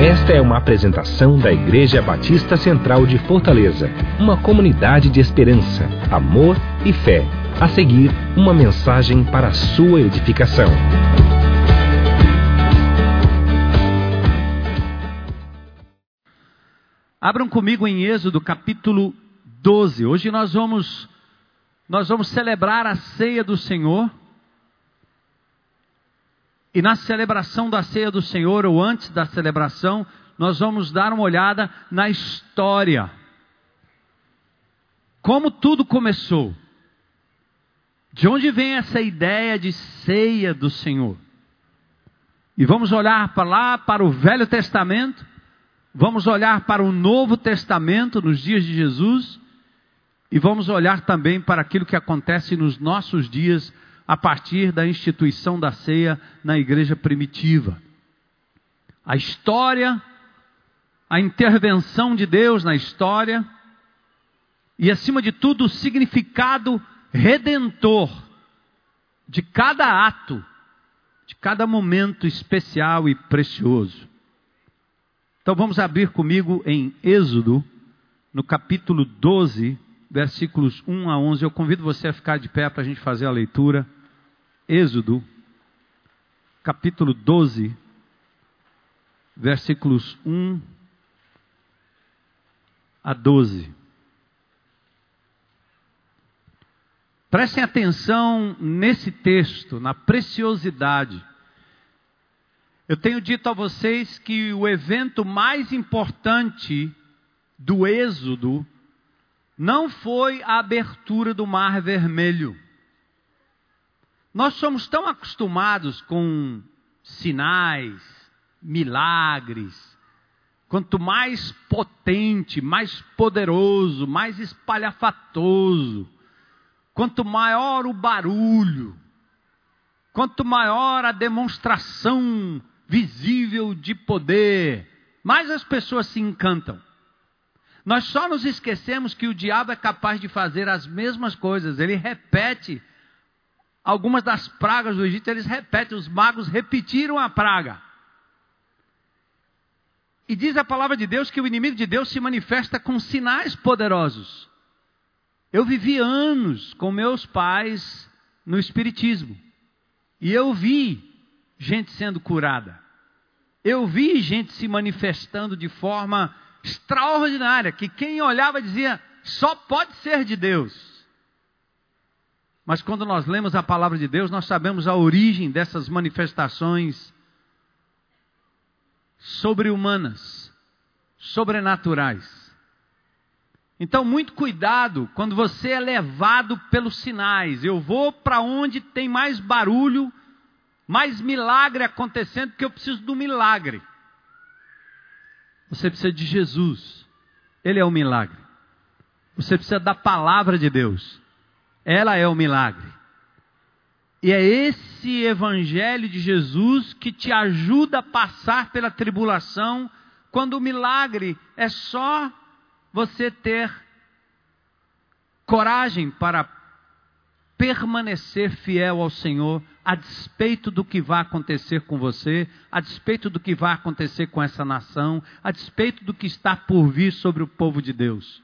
Esta é uma apresentação da Igreja Batista Central de Fortaleza, uma comunidade de esperança, amor e fé. A seguir, uma mensagem para a sua edificação. Abram comigo em Êxodo capítulo 12. Hoje nós vamos celebrar a ceia do Senhor. E na celebração da ceia do Senhor, ou antes da celebração, nós vamos dar uma olhada na história. Como tudo começou. De onde vem essa ideia de ceia do Senhor? E vamos olhar para lá, para o Velho Testamento. Vamos olhar para o Novo Testamento, nos dias de Jesus. E vamos olhar também para aquilo que acontece nos nossos dias, a partir da instituição da ceia na igreja primitiva. A história, a intervenção de Deus na história e, acima de tudo, o significado redentor de cada ato, de cada momento especial e precioso. Então vamos abrir comigo em Êxodo, no capítulo 12, versículos 1 a 11. Eu convido você a ficar de pé para a gente fazer a leitura. Êxodo, capítulo 12, versículos 1 a 12. Prestem atenção nesse texto, na preciosidade. Eu tenho dito a vocês que o evento mais importante do Êxodo não foi a abertura do Mar Vermelho. Nós somos tão acostumados com sinais, milagres. Quanto mais potente, mais poderoso, mais espalhafatoso, quanto maior o barulho, quanto maior a demonstração visível de poder, mais as pessoas se encantam. Nós só nos esquecemos que o diabo é capaz de fazer as mesmas coisas. Ele repete algumas das pragas do Egito, eles repetem, os magos repetiram a praga. E diz a palavra de Deus que o inimigo de Deus se manifesta com sinais poderosos. Eu vivi anos com meus pais no espiritismo. E eu vi gente sendo curada. Eu vi gente se manifestando de forma extraordinária, que quem olhava dizia, só pode ser de Deus. Mas quando nós lemos a palavra de Deus, nós sabemos a origem dessas manifestações sobre-humanas, sobrenaturais. Então, muito cuidado quando você é levado pelos sinais. Eu vou para onde tem mais barulho, mais milagre acontecendo, porque eu preciso do milagre. Você precisa de Jesus. Ele é o milagre. Você precisa da palavra de Deus. Ela é o milagre. E é esse evangelho de Jesus que te ajuda a passar pela tribulação, quando o milagre é só você ter coragem para permanecer fiel ao Senhor, a despeito do que vai acontecer com você, a despeito do que vai acontecer com essa nação, a despeito do que está por vir sobre o povo de Deus.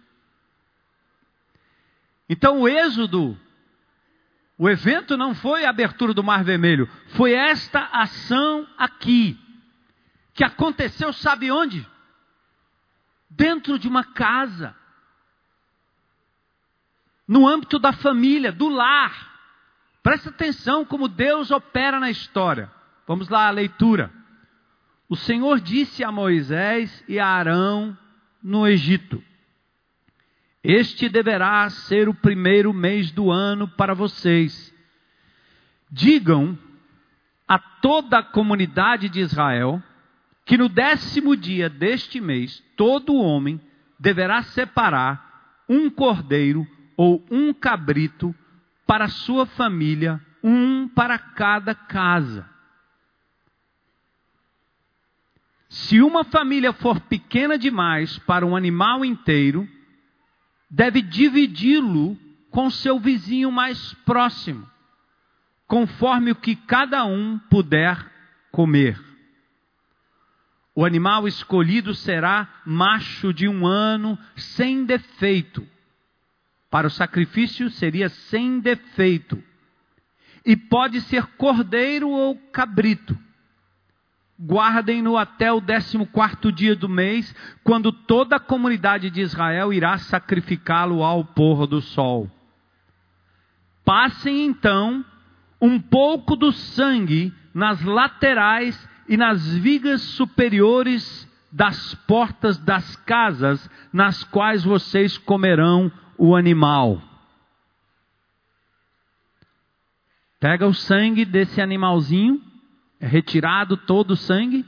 Então o Êxodo, o evento não foi a abertura do Mar Vermelho, foi esta ação aqui, que aconteceu sabe onde? Dentro de uma casa, no âmbito da família, do lar. Presta atenção como Deus opera na história. Vamos lá, a leitura. O Senhor disse a Moisés e a Arão no Egito: este deverá ser o primeiro mês do ano para vocês. Digam a toda a comunidade de Israel que no 10º dia deste mês, todo homem deverá separar um cordeiro ou um cabrito para sua família, um para cada casa. Se uma família for pequena demais para um animal inteiro, deve dividi-lo com seu vizinho mais próximo, conforme o que cada um puder comer. O animal escolhido será macho de 1 ano, sem defeito. Para o sacrifício seria sem defeito. E pode ser cordeiro ou cabrito. Guardem-no até o 14º dia do mês, quando toda a comunidade de Israel irá sacrificá-lo ao pôr do sol. Passem então um pouco do sangue nas laterais e nas vigas superiores das portas das casas, nas quais vocês comerão o animal. Pega o sangue desse animalzinho, é retirado todo o sangue.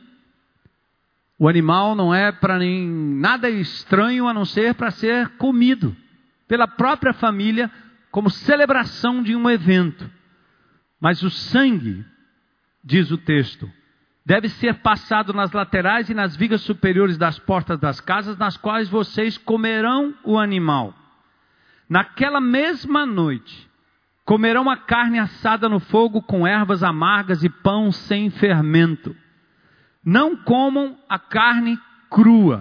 O animal não é para nada estranho a não ser para ser comido pela própria família como celebração de um evento. Mas o sangue, diz o texto, deve ser passado nas laterais e nas vigas superiores das portas das casas, nas quais vocês comerão o animal. Naquela mesma noite, comerão a carne assada no fogo com ervas amargas e pão sem fermento. Não comam a carne crua,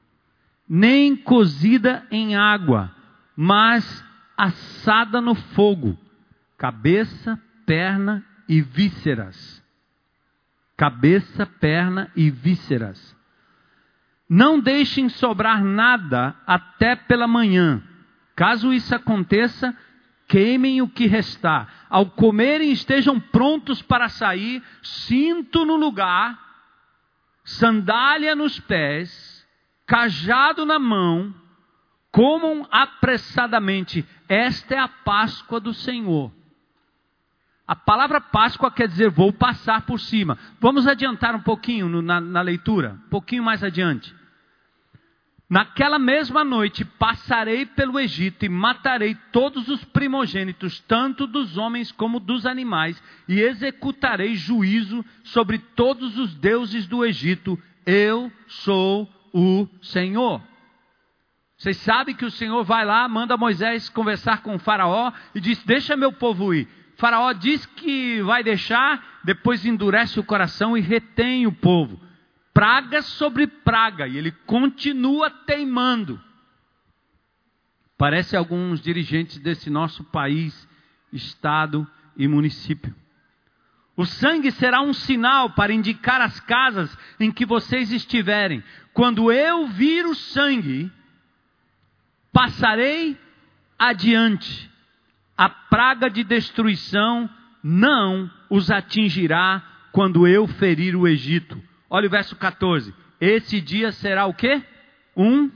nem cozida em água, mas assada no fogo, cabeça, perna e vísceras. Cabeça, perna e vísceras. Não deixem sobrar nada até pela manhã. Caso isso aconteça, queimem o que restar. Ao comerem, estejam prontos para sair, cinto no lugar, sandália nos pés, cajado na mão, comam apressadamente. Esta é a Páscoa do Senhor. A palavra Páscoa quer dizer vou passar por cima. Vamos adiantar um pouquinho na leitura, um pouquinho mais adiante. Naquela mesma noite passarei pelo Egito e matarei todos os primogênitos, tanto dos homens como dos animais, e executarei juízo sobre todos os deuses do Egito. Eu sou o Senhor. Vocês sabem que o Senhor vai lá, manda Moisés conversar com o faraó e diz, deixa meu povo ir. O faraó diz que vai deixar, depois endurece o coração e retém o povo. Praga sobre praga, e ele continua teimando. Parece alguns dirigentes desse nosso país, estado e município. O sangue será um sinal para indicar as casas em que vocês estiverem. Quando eu vir o sangue, passarei adiante. A praga de destruição não os atingirá quando eu ferir o Egito. Olha o verso 14. Esse dia será o quê? Um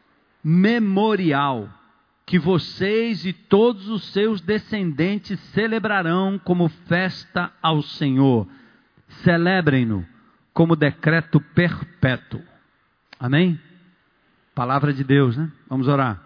memorial que vocês e todos os seus descendentes celebrarão como festa ao Senhor. Celebrem-no como decreto perpétuo. Amém? Palavra de Deus, né? Vamos orar.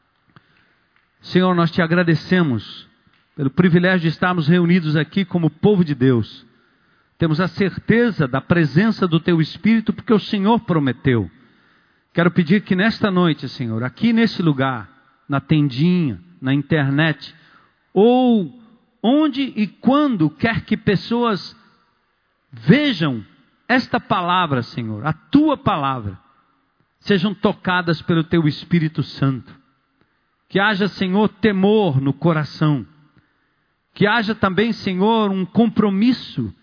Senhor, nós te agradecemos pelo privilégio de estarmos reunidos aqui como povo de Deus. Temos a certeza da presença do Teu Espírito, porque o Senhor prometeu. Quero pedir que nesta noite, Senhor, aqui nesse lugar, na tendinha, na internet, ou onde e quando quer que pessoas vejam esta palavra, Senhor, a Tua palavra, sejam tocadas pelo Teu Espírito Santo. Que haja, Senhor, temor no coração. Que haja também, Senhor, um compromisso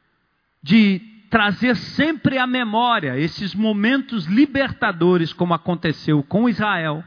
de trazer sempre à memória esses momentos libertadores, como aconteceu com Israel,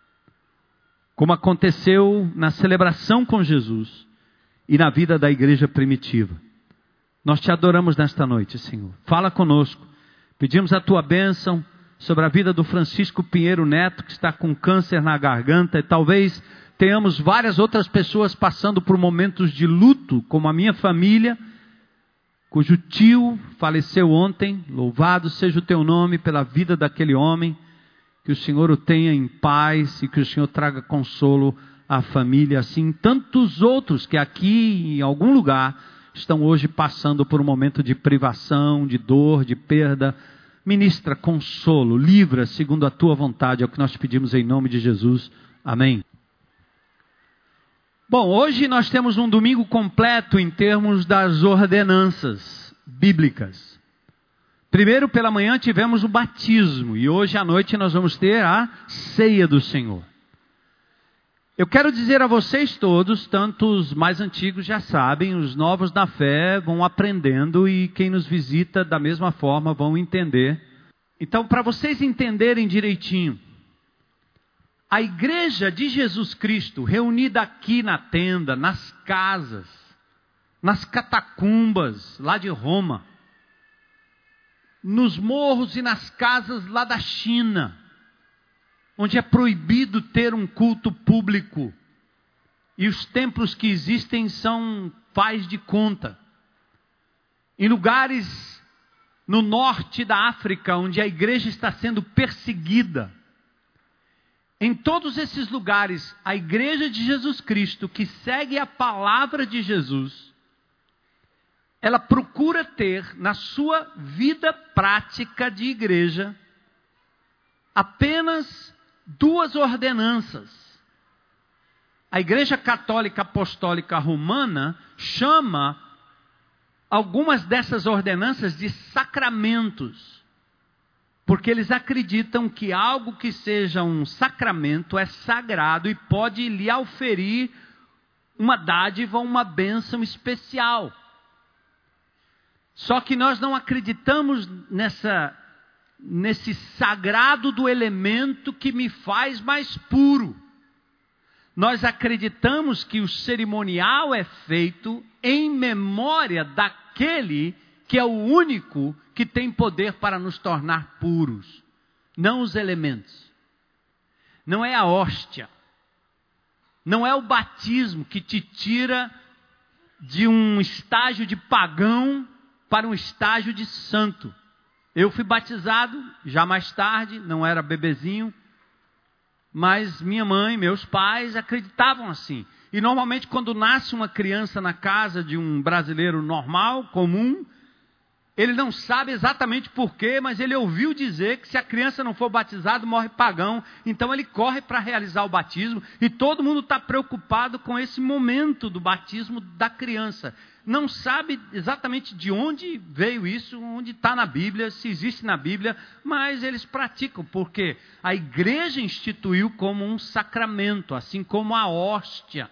como aconteceu na celebração com Jesus e na vida da igreja primitiva. Nós te adoramos nesta noite, Senhor. Fala conosco. Pedimos a tua bênção sobre a vida do Francisco Pinheiro Neto, que está com câncer na garganta, e talvez tenhamos várias outras pessoas passando por momentos de luto, como a minha família, cujo tio faleceu ontem. Louvado seja o teu nome pela vida daquele homem. Que o Senhor o tenha em paz e que o Senhor traga consolo à família, assim tantos outros que aqui em algum lugar estão hoje passando por um momento de privação, de dor, de perda. Ministra consolo, livra segundo a tua vontade, é o que nós te pedimos em nome de Jesus. Amém. Bom, hoje nós temos um domingo completo em termos das ordenanças bíblicas. Primeiro, pela manhã, tivemos o batismo. E hoje à noite nós vamos ter a ceia do Senhor. Eu quero dizer a vocês todos, tanto os mais antigos já sabem, os novos na fé vão aprendendo e quem nos visita da mesma forma vão entender. Então, para vocês entenderem direitinho, a igreja de Jesus Cristo, reunida aqui na tenda, nas casas, nas catacumbas lá de Roma, nos morros e nas casas lá da China, onde é proibido ter um culto público, e os templos que existem são faz de conta. Em lugares no norte da África, onde a igreja está sendo perseguida, em todos esses lugares, a igreja de Jesus Cristo, que segue a palavra de Jesus, ela procura ter na sua vida prática de igreja apenas 2 ordenanças. A Igreja Católica Apostólica Romana chama algumas dessas ordenanças de sacramentos, porque eles acreditam que algo que seja um sacramento é sagrado e pode lhe auferir uma dádiva, uma bênção especial. Só que nós não acreditamos nesse sagrado do elemento que me faz mais puro. Nós acreditamos que o cerimonial é feito em memória daquele que é o único que tem poder para nos tornar puros. Não os elementos. Não é a hóstia. Não é o batismo que te tira de um estágio de pagão para um estágio de santo. Eu fui batizado já mais tarde, não era bebezinho, mas minha mãe, meus pais acreditavam assim. E normalmente quando nasce uma criança na casa de um brasileiro normal, comum, ele não sabe exatamente porquê, mas ele ouviu dizer que se a criança não for batizada, morre pagão. Então ele corre para realizar o batismo e todo mundo está preocupado com esse momento do batismo da criança. Não sabe exatamente de onde veio isso, onde está na Bíblia, se existe na Bíblia, mas eles praticam, porque a igreja instituiu como um sacramento, assim como a hóstia.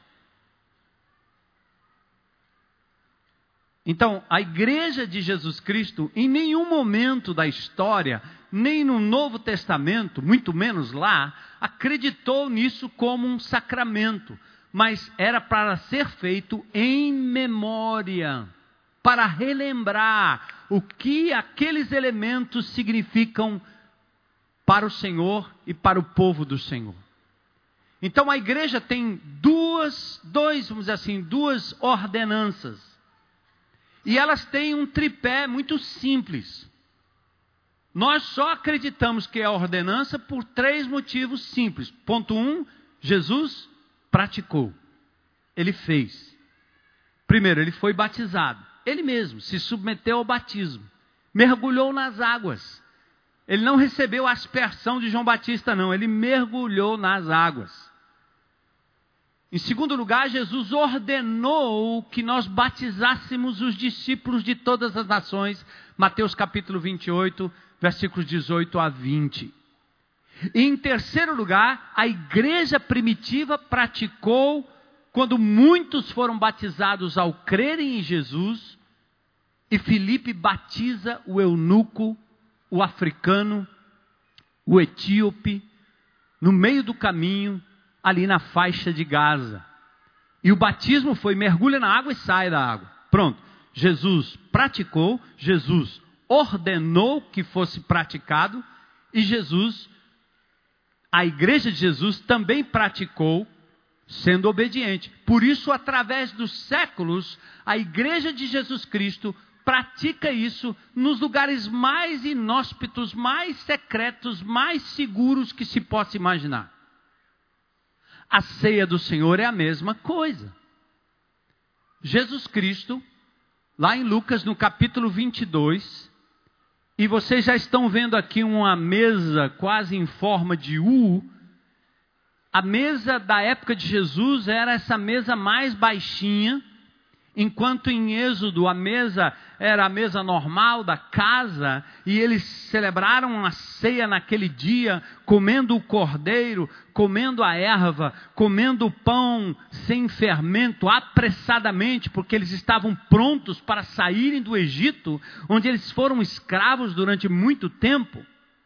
Então, a igreja de Jesus Cristo, em nenhum momento da história, nem no Novo Testamento, muito menos lá, acreditou nisso como um sacramento. Mas era para ser feito em memória, para relembrar o que aqueles elementos significam para o Senhor e para o povo do Senhor. Então, a igreja tem duas ordenanças. E elas têm um tripé muito simples. Nós só acreditamos que é ordenança por 3 motivos simples. Ponto 1, Jesus praticou. Ele fez. Primeiro, ele foi batizado. Ele mesmo se submeteu ao batismo. Mergulhou nas águas. Ele não recebeu a aspersão de João Batista, não. Ele mergulhou nas águas. Em segundo lugar, Jesus ordenou que nós batizássemos os discípulos de todas as nações. Mateus capítulo 28, versículos 18 a 20. E em terceiro lugar, a igreja primitiva praticou quando muitos foram batizados ao crerem em Jesus. E Filipe batiza o eunuco, o africano, o etíope, no meio do caminho, ali na faixa de Gaza. E o batismo foi mergulha na água e sai da água. Pronto. Jesus praticou, Jesus ordenou que fosse praticado e a igreja de Jesus também praticou, sendo obediente. Por isso, através dos séculos, a igreja de Jesus Cristo pratica isso nos lugares mais inóspitos, mais secretos, mais seguros que se possa imaginar. A ceia do Senhor é a mesma coisa. Jesus Cristo, lá em Lucas, no capítulo 22, e vocês já estão vendo aqui uma mesa quase em forma de U. A mesa da época de Jesus era essa mesa mais baixinha, Enquanto em Êxodo a mesa era a mesa normal da casa, e eles celebraram a ceia naquele dia, comendo o cordeiro, comendo a erva, comendo o pão sem fermento, apressadamente, porque eles estavam prontos para saírem do Egito, onde eles foram escravos durante muito tempo.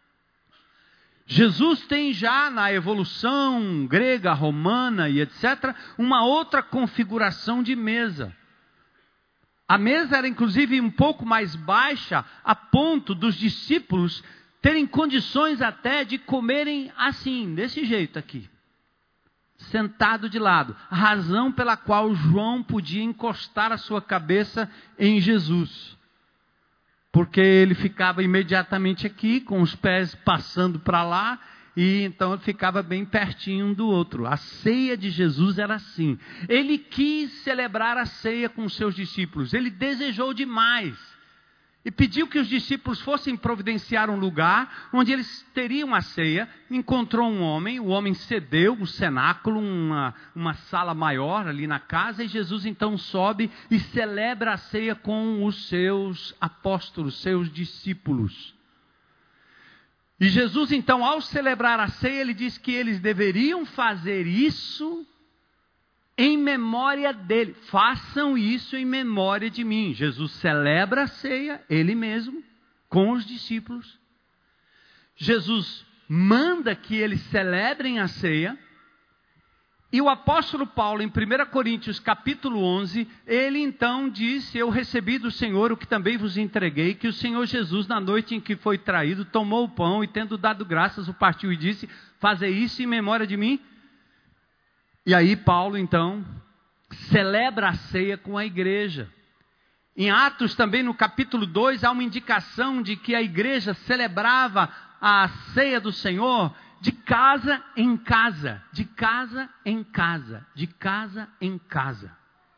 Jesus tem já na evolução grega, romana e etc., uma outra configuração de mesa. A mesa era inclusive um pouco mais baixa, a ponto dos discípulos terem condições até de comerem assim, desse jeito aqui, sentado de lado. A razão pela qual João podia encostar a sua cabeça em Jesus. Porque ele ficava imediatamente aqui, com os pés passando para lá, e então ele ficava bem pertinho um do outro. A ceia de Jesus era assim. Ele quis celebrar a ceia com os seus discípulos. Ele desejou demais. E pediu que os discípulos fossem providenciar um lugar onde eles teriam a ceia. Encontrou um homem, o homem cedeu o cenáculo, uma sala maior ali na casa, e Jesus então sobe e celebra a ceia com os seus apóstolos, seus discípulos. E Jesus então, ao celebrar a ceia, ele diz que eles deveriam fazer isso em memória dele. Façam isso em memória de mim. Jesus celebra a ceia, ele mesmo, com os discípulos. Jesus manda que eles celebrem a ceia. E o apóstolo Paulo, em 1 Coríntios capítulo 11, ele então disse: eu recebi do Senhor o que também vos entreguei, que o Senhor Jesus, na noite em que foi traído, tomou o pão e, tendo dado graças, o partiu e disse: fazei isso em memória de mim. E aí Paulo então celebra a ceia com a igreja. Em Atos também, no capítulo 2, há uma indicação de que a igreja celebrava a ceia do Senhor de casa em casa, de casa em casa, de casa em casa.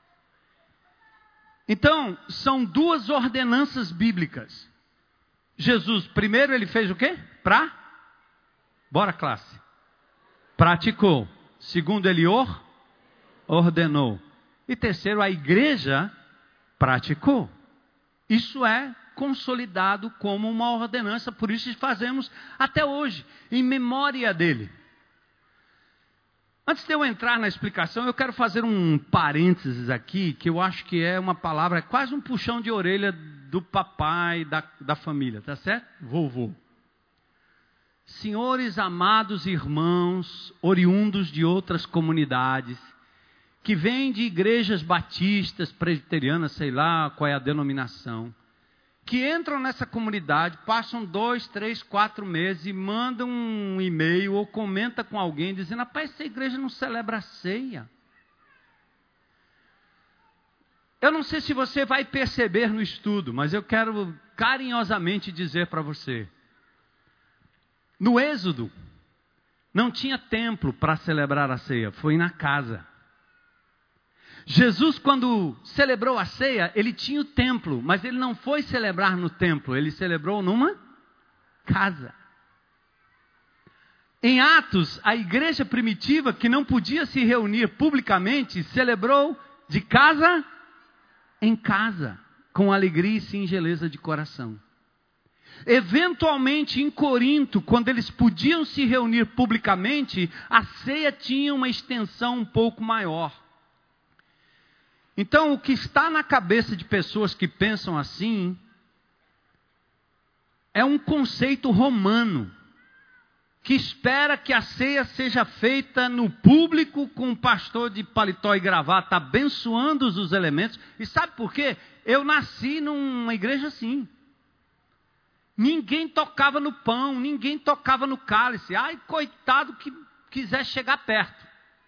Então, são duas ordenanças bíblicas. Jesus, primeiro ele fez o quê? Bora classe. Praticou. Segundo, ele ordenou. E terceiro, a igreja praticou. Isso é consolidado como uma ordenança, por isso fazemos até hoje, em memória dele. Antes de eu entrar na explicação, eu quero fazer um parênteses aqui, que eu acho que é uma palavra, é quase um puxão de orelha do papai, da família, tá certo? Vovô. Senhores amados irmãos, oriundos de outras comunidades, que vêm de igrejas batistas, presbiterianas, sei lá qual é a denominação, que entram nessa comunidade, passam 2, 3, 4 meses e mandam um e-mail ou comenta com alguém dizendo: rapaz, essa igreja não celebra a ceia. Eu não sei se você vai perceber no estudo, mas eu quero carinhosamente dizer para você. No Êxodo, não tinha templo para celebrar a ceia, foi na casa. Jesus, quando celebrou a ceia, ele tinha o templo, mas ele não foi celebrar no templo, ele celebrou numa casa. Em Atos, a igreja primitiva, que não podia se reunir publicamente, celebrou de casa em casa, com alegria e singeleza de coração. Eventualmente em Corinto, quando eles podiam se reunir publicamente, a ceia tinha uma extensão um pouco maior. Então, o que está na cabeça de pessoas que pensam assim é um conceito romano, que espera que a ceia seja feita no público, com um pastor de paletó e gravata abençoando os elementos. E sabe por quê? Eu nasci numa igreja assim. Ninguém tocava no pão, ninguém tocava no cálice. Ai, coitado que quiser chegar perto.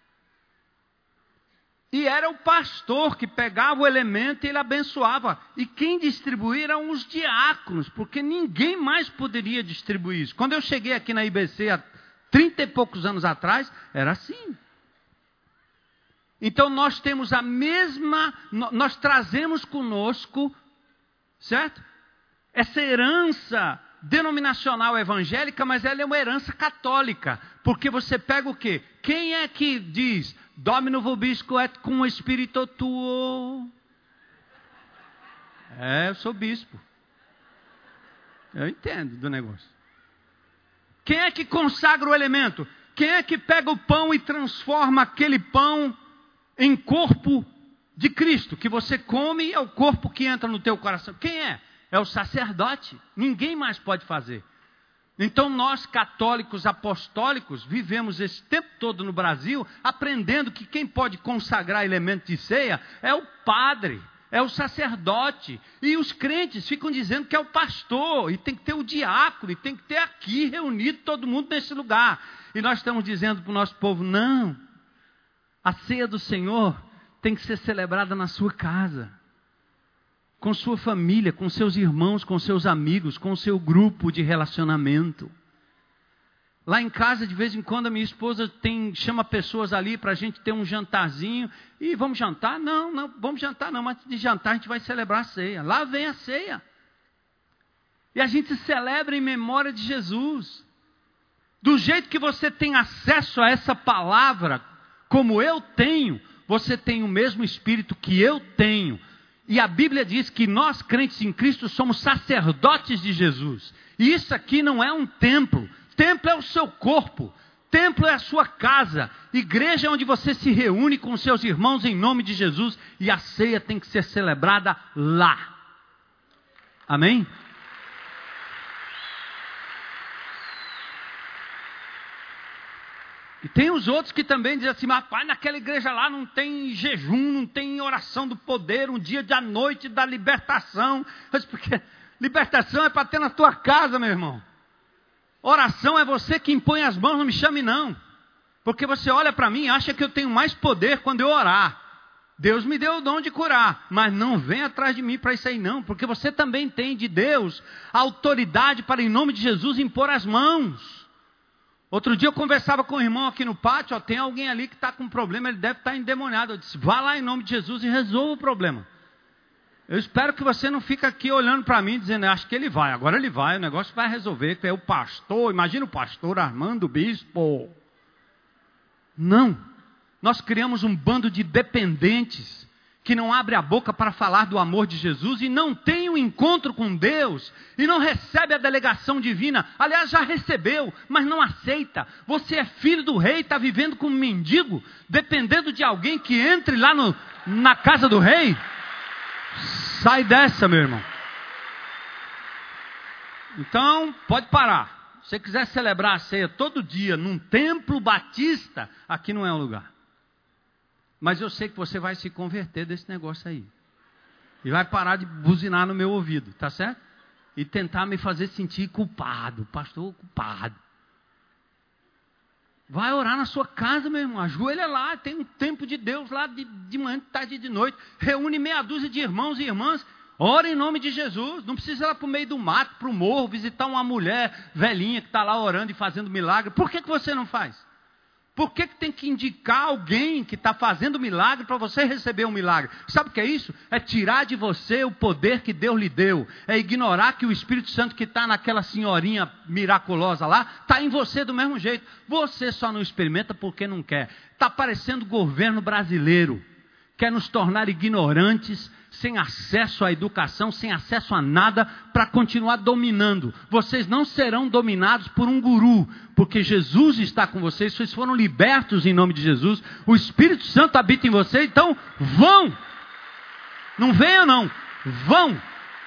E era o pastor que pegava o elemento e ele abençoava. E quem distribuía eram os diáconos, porque ninguém mais poderia distribuir isso. Quando eu cheguei aqui na IBC há 30 e poucos anos atrás, era assim. Então nós temos a mesma, nós trazemos conosco, certo? Essa herança denominacional evangélica, mas ela é uma herança católica. Porque você pega o quê? Quem é que diz: Domino vobisco et cum spiritu tuo? Eu sou bispo. Eu entendo do negócio. Quem é que consagra o elemento? Quem é que pega o pão e transforma aquele pão em corpo de Cristo? Que você come e é o corpo que entra no teu coração. Quem é? É o sacerdote. Ninguém mais pode fazer. Então nós, católicos apostólicos, vivemos esse tempo todo no Brasil, aprendendo que quem pode consagrar elemento de ceia é o padre, é o sacerdote. E os crentes ficam dizendo que é o pastor, e tem que ter o diácono, e tem que ter aqui reunido todo mundo nesse lugar. E nós estamos dizendo para o nosso povo, não, a ceia do Senhor tem que ser celebrada na sua casa, com sua família, com seus irmãos, com seus amigos, com seu grupo de relacionamento. Lá em casa, de vez em quando, a minha esposa chama pessoas ali para a gente ter um jantarzinho. E vamos jantar? Não, vamos jantar não, mas de jantar a gente vai celebrar a ceia. Lá vem a ceia. E a gente celebra em memória de Jesus. Do jeito que você tem acesso a essa palavra, como eu tenho, você tem o mesmo Espírito que eu tenho. E a Bíblia diz que nós, crentes em Cristo, somos sacerdotes de Jesus. E isso aqui não é um templo. Templo é o seu corpo. Templo é a sua casa. Igreja é onde você se reúne com seus irmãos em nome de Jesus. E a ceia tem que ser celebrada lá. Amém? E tem os outros que também dizem assim, mas pai, naquela igreja lá não tem jejum, não tem oração do poder, um dia da noite da libertação. Porque libertação é para ter na tua casa, meu irmão. Oração é você que impõe as mãos, não me chame não. Porque você olha para mim e acha que eu tenho mais poder quando eu orar. Deus me deu o dom de curar, mas não vem atrás de mim para isso aí não. Porque você também tem de Deus a autoridade para, em nome de Jesus, impor as mãos. Outro dia eu conversava com um irmão aqui no pátio, tem alguém ali que está com um problema, ele deve estar endemoniado. Eu disse, vá lá em nome de Jesus e resolva o problema. Eu espero que você não fique aqui olhando para mim, dizendo, acho que ele vai, agora ele vai, o negócio vai resolver, que é o pastor, imagina o pastor Armando Bispo. Não, nós criamos um bando de dependentes, que não abre a boca para falar do amor de Jesus e não tem um encontro com Deus e não recebe a delegação divina. Aliás, já recebeu, mas não aceita. Você é filho do rei, está vivendo como um mendigo, dependendo de alguém que entre lá na casa do rei. Sai dessa, meu irmão. Então, pode parar. Se você quiser celebrar a ceia todo dia num templo batista, aqui não é o lugar. Mas eu sei que você vai se converter desse negócio aí. E vai parar de buzinar no meu ouvido, tá certo? E tentar me fazer sentir culpado, pastor culpado. Vai orar na sua casa, meu irmão. Ajoelha lá, tem um tempo de Deus lá de manhã, de tarde e de noite. Reúne meia dúzia de irmãos e irmãs. Ora em nome de Jesus. Não precisa ir lá para o meio do mato, para o morro, visitar uma mulher velhinha que está lá orando e fazendo milagre. Por que você não faz? Por que tem que indicar alguém que está fazendo milagre para você receber um milagre? Sabe o que é isso? É tirar de você o poder que Deus lhe deu. É ignorar que o Espírito Santo que está naquela senhorinha miraculosa lá, está em você do mesmo jeito. Você só não experimenta porque não quer. Está parecendo o governo brasileiro. Quer nos tornar ignorantes, sem acesso à educação, sem acesso a nada, para continuar dominando. Vocês não serão dominados por um guru, porque Jesus está com vocês, vocês foram libertos em nome de Jesus, o Espírito Santo habita em vocês, então vão! Não venham não, vão!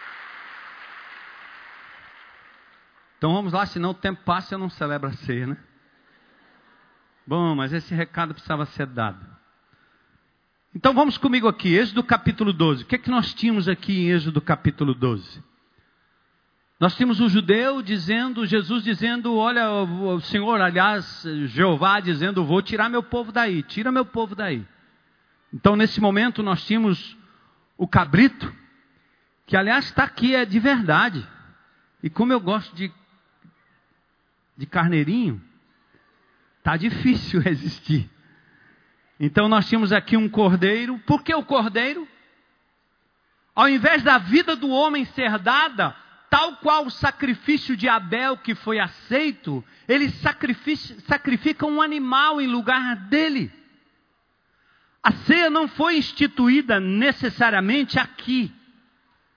Então vamos lá, senão o tempo passa e eu não celebro a ceia, né? Bom, mas esse recado precisava ser dado. Então vamos comigo aqui, Êxodo capítulo 12. O que é que nós tínhamos aqui em Êxodo capítulo 12? Nós tínhamos o judeu dizendo, Jesus dizendo, olha, o Senhor, aliás, Jeová dizendo, vou tirar meu povo daí, tira meu povo daí. Então nesse momento nós tínhamos o cabrito, que aliás está aqui, é de verdade. E como eu gosto de carneirinho, está difícil resistir. Então nós tínhamos aqui um cordeiro. Por que o cordeiro? Ao invés da vida do homem ser dada, tal qual o sacrifício de Abel que foi aceito, ele sacrifica um animal em lugar dele. A ceia não foi instituída necessariamente aqui.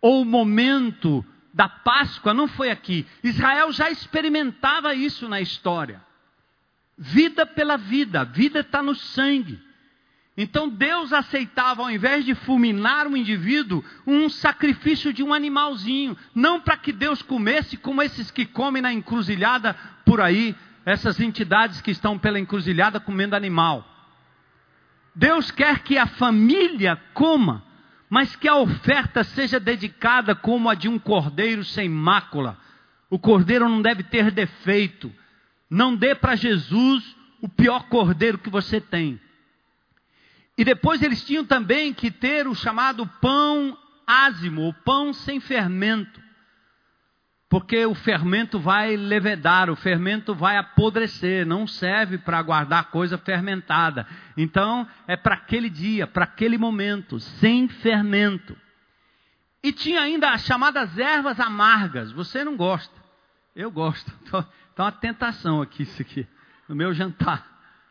ou o momento da Páscoa não foi aqui. Israel já experimentava isso na história. Vida pela vida, a vida está no sangue. Então Deus aceitava, ao invés de fulminar um indivíduo, um sacrifício de um animalzinho. Não para que Deus comesse como esses que comem na encruzilhada por aí, essas entidades que estão pela encruzilhada comendo animal. Deus quer que a família coma, mas que a oferta seja dedicada como a de um cordeiro sem mácula. O cordeiro não deve ter defeito. Não dê para Jesus o pior cordeiro que você tem. E depois eles tinham também que ter o chamado pão ázimo, o pão sem fermento. Porque o fermento vai levedar, o fermento vai apodrecer, não serve para guardar coisa fermentada. Então é para aquele dia, para aquele momento, sem fermento. E tinha ainda as chamadas ervas amargas, você não gosta, eu gosto. Então uma tentação aqui, isso aqui, no meu jantar.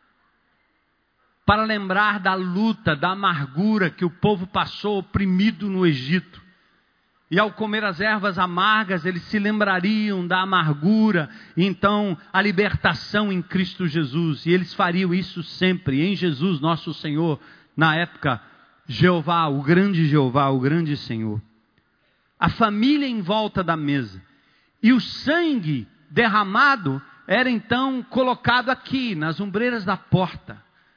Para lembrar da luta, da amargura que o povo passou oprimido no Egito. E ao comer as ervas amargas, eles se lembrariam da amargura, e então a libertação em Cristo Jesus. E eles fariam isso sempre, em Jesus nosso Senhor, na época, Jeová, o grande Senhor. A família em volta da mesa. E o sangue derramado era então colocado aqui, nas ombreiras da porta.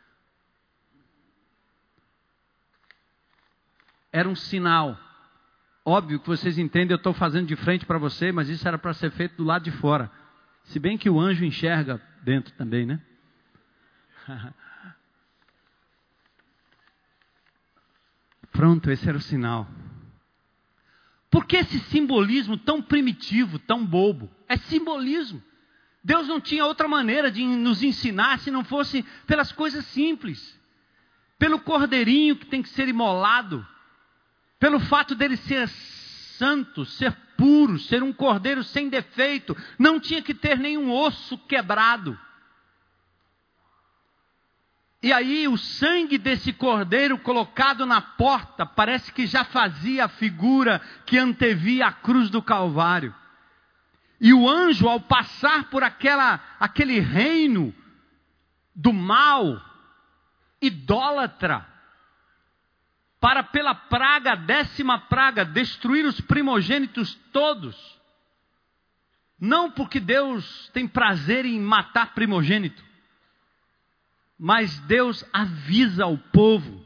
Era um sinal. Óbvio que vocês entendem, eu estou fazendo de frente para você, mas isso era para ser feito do lado de fora. Se bem que o anjo enxerga dentro também, né? Pronto, esse era o sinal. Por que esse simbolismo tão primitivo, tão bobo? É simbolismo. Deus não tinha outra maneira de nos ensinar se não fosse pelas coisas simples. Pelo cordeirinho que tem que ser imolado. Pelo fato dele ser santo, ser puro, ser um cordeiro sem defeito, não tinha que ter nenhum osso quebrado. E aí o sangue desse cordeiro colocado na porta, parece que já fazia a figura que antevia a cruz do Calvário. E o anjo, ao passar por aquele reino do mal, idólatra, para pela praga, a 10ª praga, destruir os primogênitos todos. Não porque Deus tem prazer em matar primogênito, mas Deus avisa ao povo: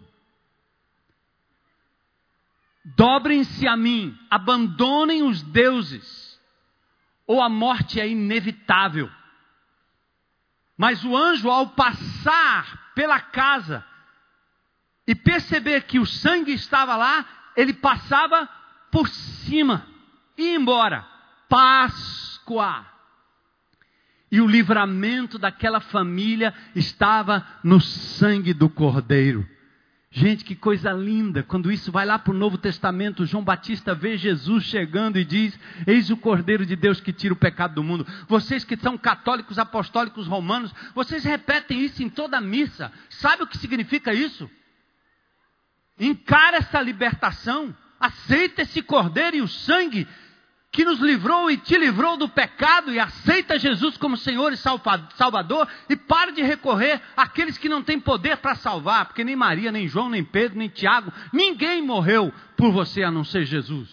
dobrem-se a mim, abandonem os deuses, ou a morte é inevitável. Mas o anjo, ao passar pela casa e perceber que o sangue estava lá, ele passava por cima e ia embora. Páscoa. E o livramento daquela família estava no sangue do Cordeiro. Gente, que coisa linda. Quando isso vai lá para o Novo Testamento, João Batista vê Jesus chegando e diz: eis o Cordeiro de Deus que tira o pecado do mundo. Vocês que são católicos, apostólicos, romanos, vocês repetem isso em toda a missa. Sabe o que significa isso? Encara essa libertação, aceita esse cordeiro e o sangue que nos livrou e te livrou do pecado, e aceita Jesus como Senhor e Salvador, e pare de recorrer àqueles que não têm poder para salvar, porque nem Maria, nem João, nem Pedro, nem Tiago, ninguém morreu por você a não ser Jesus.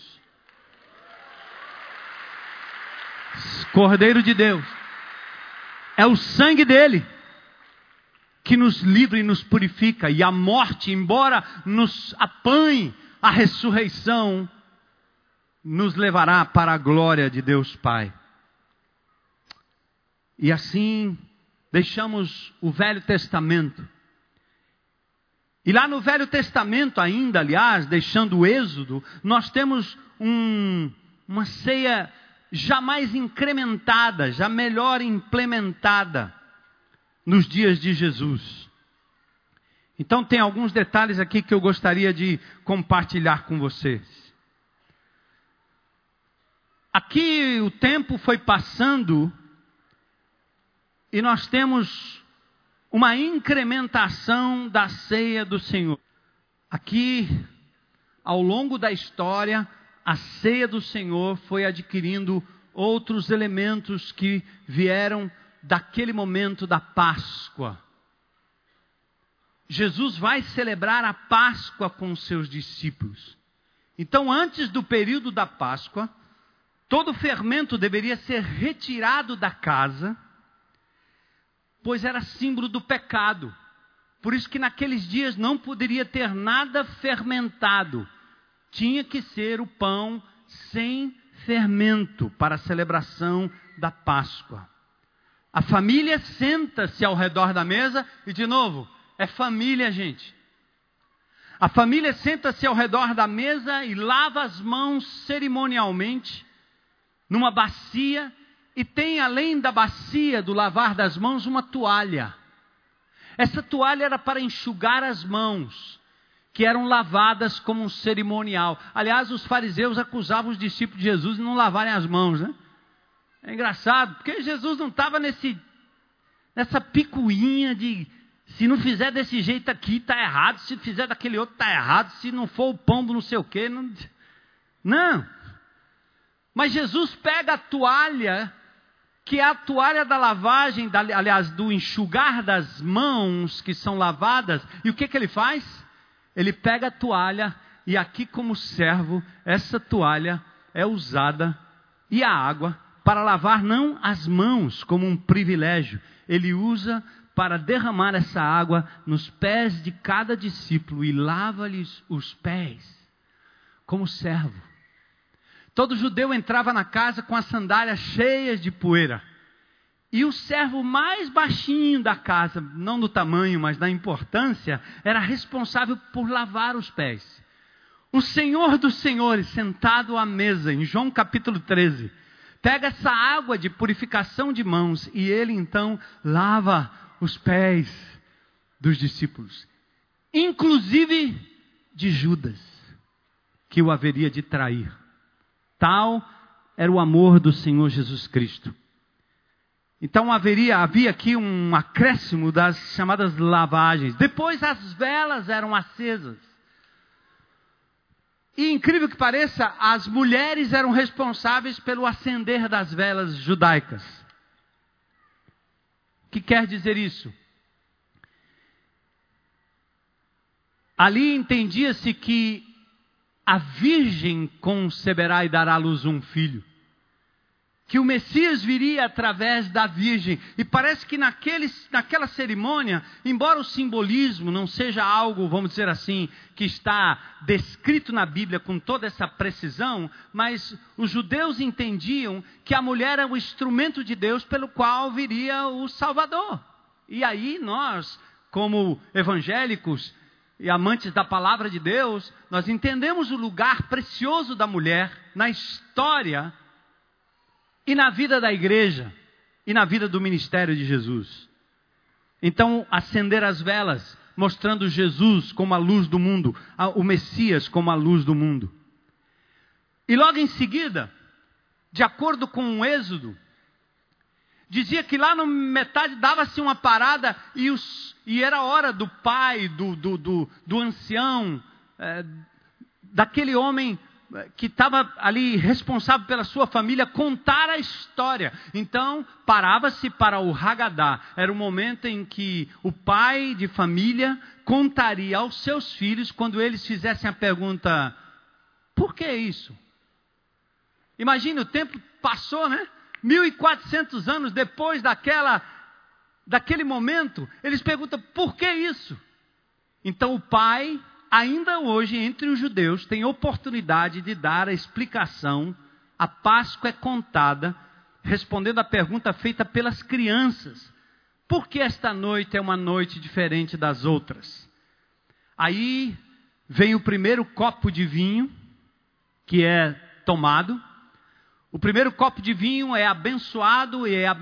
Cordeiro de Deus, é o sangue dele que nos livra e nos purifica, e a morte, embora nos apanhe, a ressurreição nos levará para a glória de Deus Pai. E assim deixamos o Velho Testamento. E lá no Velho Testamento ainda, aliás, deixando o Êxodo, nós temos uma ceia já mais incrementada, já melhor implementada nos dias de Jesus. Então tem alguns detalhes aqui que eu gostaria de compartilhar com vocês. Aqui o tempo foi passando e nós temos uma incrementação da ceia do Senhor. Aqui, ao longo da história, a ceia do Senhor foi adquirindo outros elementos que vieram daquele momento da Páscoa. Jesus vai celebrar a Páscoa com os seus discípulos. Então, antes do período da Páscoa, todo fermento deveria ser retirado da casa, pois era símbolo do pecado. Por isso que naqueles dias não poderia ter nada fermentado. Tinha que ser o pão sem fermento para a celebração da Páscoa. A família senta-se ao redor da mesa e, de novo, é família, gente. A família senta-se ao redor da mesa e lava as mãos cerimonialmente numa bacia, e tem, além da bacia do lavar das mãos, uma toalha. Essa toalha era para enxugar as mãos, que eram lavadas como um cerimonial. Aliás, os fariseus acusavam os discípulos de Jesus de não lavarem as mãos, né? É engraçado, porque Jesus não estava nessa picuinha de, se não fizer desse jeito aqui, está errado, se fizer daquele outro, está errado, se não for o pombo não sei o quê. Não. Mas Jesus pega a toalha, que é a toalha da lavagem, aliás, do enxugar das mãos que são lavadas, e o que ele faz? Ele pega a toalha, e aqui como servo, essa toalha é usada, e a água, para lavar não as mãos como um privilégio, ele usa para derramar essa água nos pés de cada discípulo e lava-lhes os pés, como servo. Todo judeu entrava na casa com as sandálias cheias de poeira. E o servo mais baixinho da casa, não do tamanho, mas da importância, era responsável por lavar os pés. O Senhor dos Senhores, sentado à mesa, em João capítulo 13, pega essa água de purificação de mãos e ele então lava os pés dos discípulos. Inclusive de Judas, que o haveria de trair. Tal era o amor do Senhor Jesus Cristo. Então havia aqui um acréscimo das chamadas lavagens. Depois as velas eram acesas. E incrível que pareça, as mulheres eram responsáveis pelo acender das velas judaicas. O que quer dizer isso? Ali entendia-se que a virgem conceberá e dará à luz um filho. Que o Messias viria através da virgem. E parece que naquela cerimônia, embora o simbolismo não seja algo, vamos dizer assim, que está descrito na Bíblia com toda essa precisão, mas os judeus entendiam que a mulher era o instrumento de Deus pelo qual viria o Salvador. E aí nós, como evangélicos e amantes da palavra de Deus, nós entendemos o lugar precioso da mulher na história e na vida da igreja, e na vida do ministério de Jesus. Então, acender as velas, mostrando Jesus como a luz do mundo, o Messias como a luz do mundo. E logo em seguida, de acordo com o Êxodo, dizia que lá na metade dava-se uma parada e era hora do pai, do ancião, daquele homem que estava ali responsável pela sua família, contar a história. Então, parava-se para o Hagadá. Era o momento em que o pai de família contaria aos seus filhos, quando eles fizessem a pergunta: por que isso? Imagine, o tempo passou, né? 1400 anos depois daquele momento, eles perguntam: por que isso? Então o pai, ainda hoje, entre os judeus, tem oportunidade de dar a explicação. A Páscoa é contada, respondendo à pergunta feita pelas crianças: por que esta noite é uma noite diferente das outras? Aí vem o primeiro copo de vinho, que é tomado. O primeiro copo de vinho é abençoado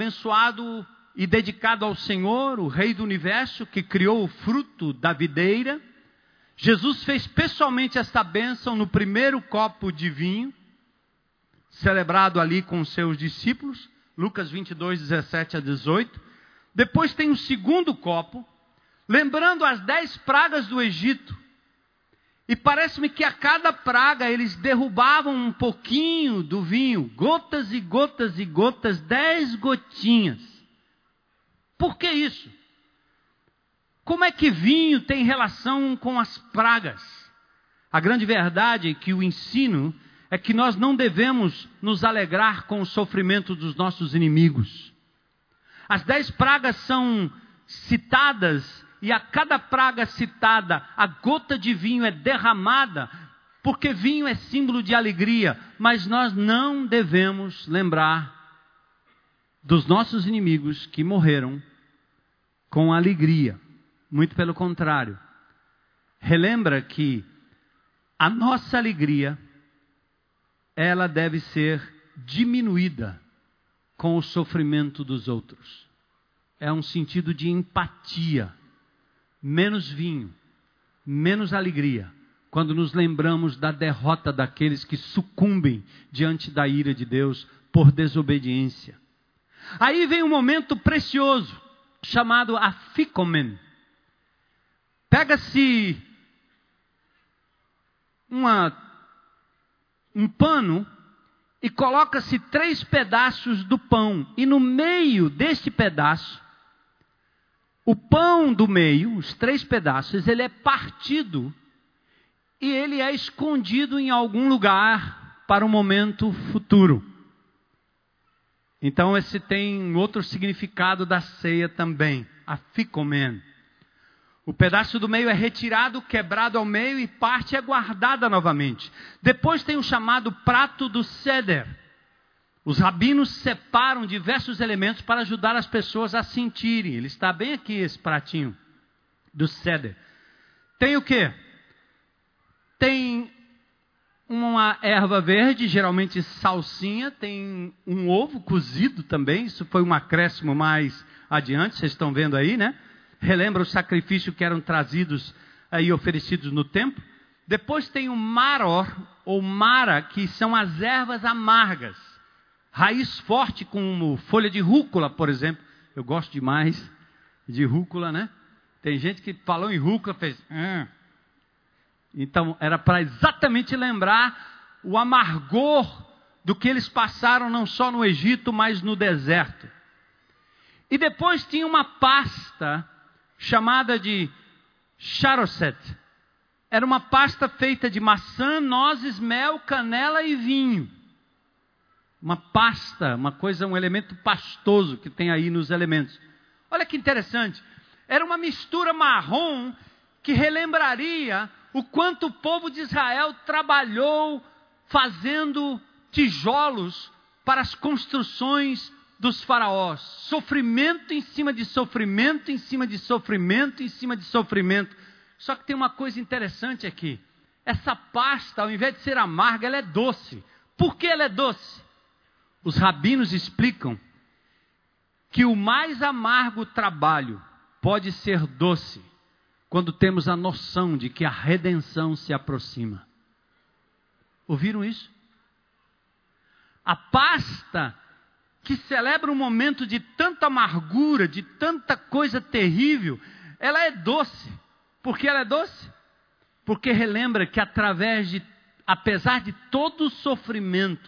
e dedicado ao Senhor, o Rei do Universo, que criou o fruto da videira. Jesus fez pessoalmente esta bênção no primeiro copo de vinho, celebrado ali com os seus discípulos, Lucas 22, 17 a 18. Depois tem o segundo copo, lembrando as 10 pragas do Egito. E parece-me que a cada praga eles derrubavam um pouquinho do vinho, gotas e gotas e gotas, 10 gotinhas. Por que isso? Como é que vinho tem relação com as pragas? A grande verdade é que o ensino é que nós não devemos nos alegrar com o sofrimento dos nossos inimigos. As 10 pragas são citadas, e a cada praga citada, a gota de vinho é derramada, porque vinho é símbolo de alegria, mas nós não devemos lembrar dos nossos inimigos que morreram com alegria. Muito pelo contrário. Relembra que a nossa alegria, ela deve ser diminuída com o sofrimento dos outros. É um sentido de empatia. Menos vinho, menos alegria, quando nos lembramos da derrota daqueles que sucumbem diante da ira de Deus por desobediência. Aí vem um momento precioso, chamado afikomen. Pega-se um pano e coloca-se 3 pedaços do pão. E no meio deste pedaço, o pão do meio, os 3 pedaços, ele é partido e ele é escondido em algum lugar para um momento futuro. Então esse tem outro significado da ceia também, afikomen. O pedaço do meio é retirado, quebrado ao meio e parte é guardada novamente. Depois tem o chamado prato do Seder. Os rabinos separam diversos elementos para ajudar as pessoas a sentirem. Ele está bem aqui, esse pratinho do Seder. Tem o quê? Tem uma erva verde, geralmente salsinha. Tem um ovo cozido também. Isso foi um acréscimo mais adiante, vocês estão vendo aí, né? Relembra o sacrifício que eram trazidos e oferecidos no templo. Depois tem o maror, ou mara, que são as ervas amargas. Raiz forte como folha de rúcula, por exemplo. Eu gosto demais de rúcula, né? Tem gente que falou em rúcula, fez... Então, era para exatamente lembrar o amargor do que eles passaram não só no Egito, mas no deserto. E depois tinha uma pasta chamada de charoset. Era uma pasta feita de maçã, nozes, mel, canela e vinho. Uma pasta, uma coisa, um elemento pastoso que tem aí nos elementos. Olha que interessante. Era uma mistura marrom que relembraria o quanto o povo de Israel trabalhou fazendo tijolos para as construções dos faraós. Sofrimento em cima de sofrimento, em cima de sofrimento, em cima de sofrimento. Só que tem uma coisa interessante aqui. Essa pasta, ao invés de ser amarga, ela é doce. Por que ela é doce? Os rabinos explicam que o mais amargo trabalho pode ser doce quando temos a noção de que a redenção se aproxima. Ouviram isso? A pasta que celebra um momento de tanta amargura, de tanta coisa terrível, ela é doce. Por que ela é doce? Porque relembra que apesar de todo o sofrimento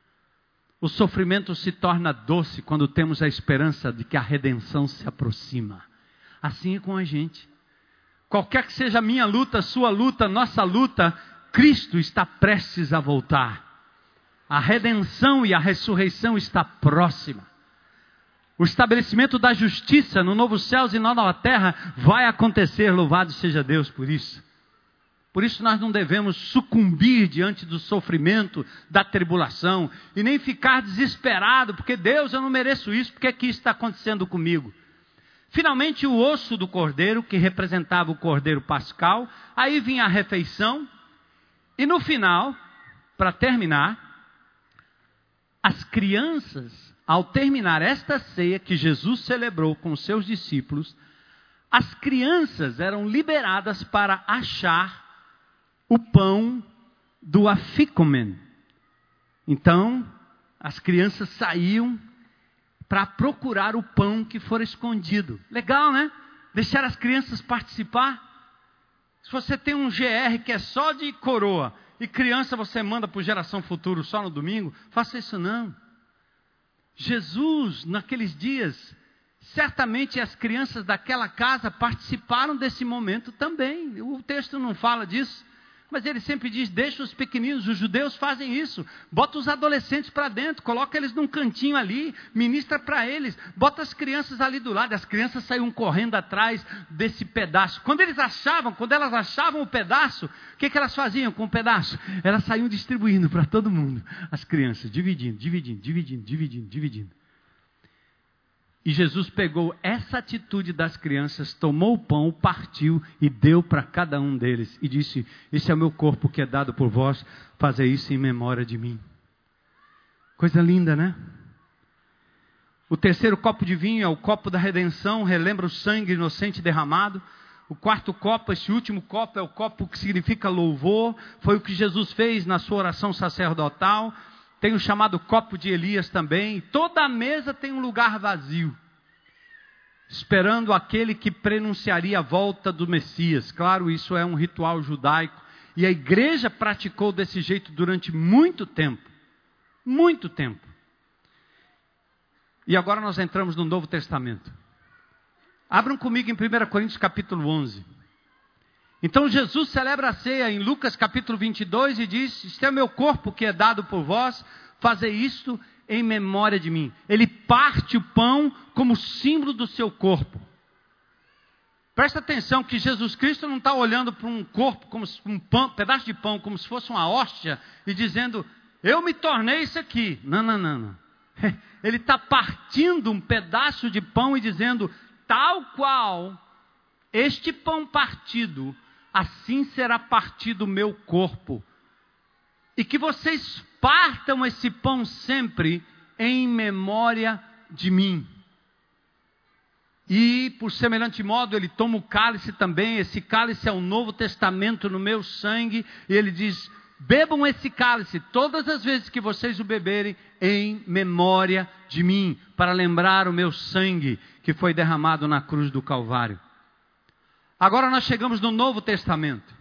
se torna doce quando temos a esperança de que a redenção se aproxima. Assim é com a gente. Qualquer que seja a minha luta, a sua luta, a nossa luta, Cristo está prestes a voltar. A redenção e a ressurreição está próxima. O estabelecimento da justiça no novo céus e na nova terra vai acontecer, louvado seja Deus por isso. Por isso nós não devemos sucumbir diante do sofrimento, da tribulação, e nem ficar desesperado, porque Deus, eu não mereço isso, porque que isso está acontecendo comigo? Finalmente o osso do cordeiro, que representava o cordeiro pascal, aí vinha a refeição, e no final, para terminar, as crianças, ao terminar esta ceia que Jesus celebrou com os seus discípulos, as crianças eram liberadas para achar o pão do afikomen. Então, as crianças saíam para procurar o pão que fora escondido. Legal, né? Deixar as crianças participar. Se você tem um GR que é só de coroa, e criança você manda para o Geração Futuro só no domingo, faça isso não. Jesus, naqueles dias, certamente as crianças daquela casa participaram desse momento também. O texto não fala disso, mas ele sempre diz, deixa os pequeninos, os judeus fazem isso, bota os adolescentes para dentro, coloca eles num cantinho ali, ministra para eles, bota as crianças ali do lado. As crianças saíam correndo atrás desse pedaço. Quando elas achavam o pedaço, o que elas faziam com o pedaço? Elas saíam distribuindo para todo mundo, as crianças, dividindo. E Jesus pegou essa atitude das crianças, tomou o pão, partiu e deu para cada um deles. E disse, esse é o meu corpo que é dado por vós, fazei isso em memória de mim. Coisa linda, né? O terceiro copo de vinho é o copo da redenção, relembra o sangue inocente derramado. O quarto copo, esse último copo, é o copo que significa louvor. Foi o que Jesus fez na sua oração sacerdotal. Tem o chamado copo de Elias também. Toda a mesa tem um lugar vazio, esperando aquele que prenunciaria a volta do Messias. Claro, isso é um ritual judaico. E a igreja praticou desse jeito durante muito tempo. Muito tempo. E agora nós entramos no Novo Testamento. Abram comigo em 1 Coríntios capítulo 11. Então Jesus celebra a ceia em Lucas capítulo 22 e diz, este é o meu corpo que é dado por vós, fazei isto em memória de mim. Ele parte o pão como símbolo do seu corpo. Presta atenção que Jesus Cristo não está olhando para um corpo, como um pedaço de pão, como se fosse uma hóstia, e dizendo, eu me tornei isso aqui. Não. Ele está partindo um pedaço de pão e dizendo, tal qual este pão partido, assim será partido o meu corpo. E que vocês partam esse pão sempre em memória de mim. E por semelhante modo ele toma o cálice também. Esse cálice é o Novo Testamento no meu sangue. E ele diz, bebam esse cálice todas as vezes que vocês o beberem em memória de mim. Para lembrar o meu sangue que foi derramado na cruz do Calvário. Agora nós chegamos no Novo Testamento.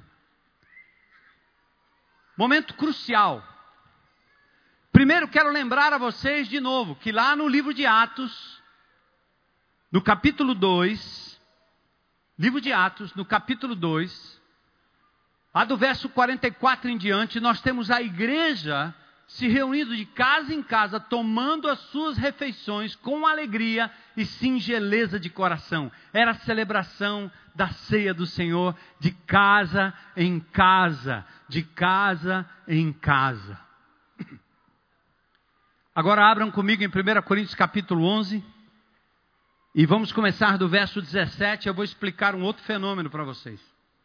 Momento crucial. Primeiro quero lembrar a vocês de novo, que lá no livro de Atos, no capítulo 2, livro de Atos, no capítulo 2, lá do verso 44 em diante, nós temos a igreja se reunindo de casa em casa, tomando as suas refeições com alegria e singeleza de coração. Era a celebração da ceia do Senhor, de casa em casa, de casa em casa. Agora abram comigo em 1 Coríntios capítulo 11, e vamos começar do verso 17, eu vou explicar um outro fenômeno para vocês.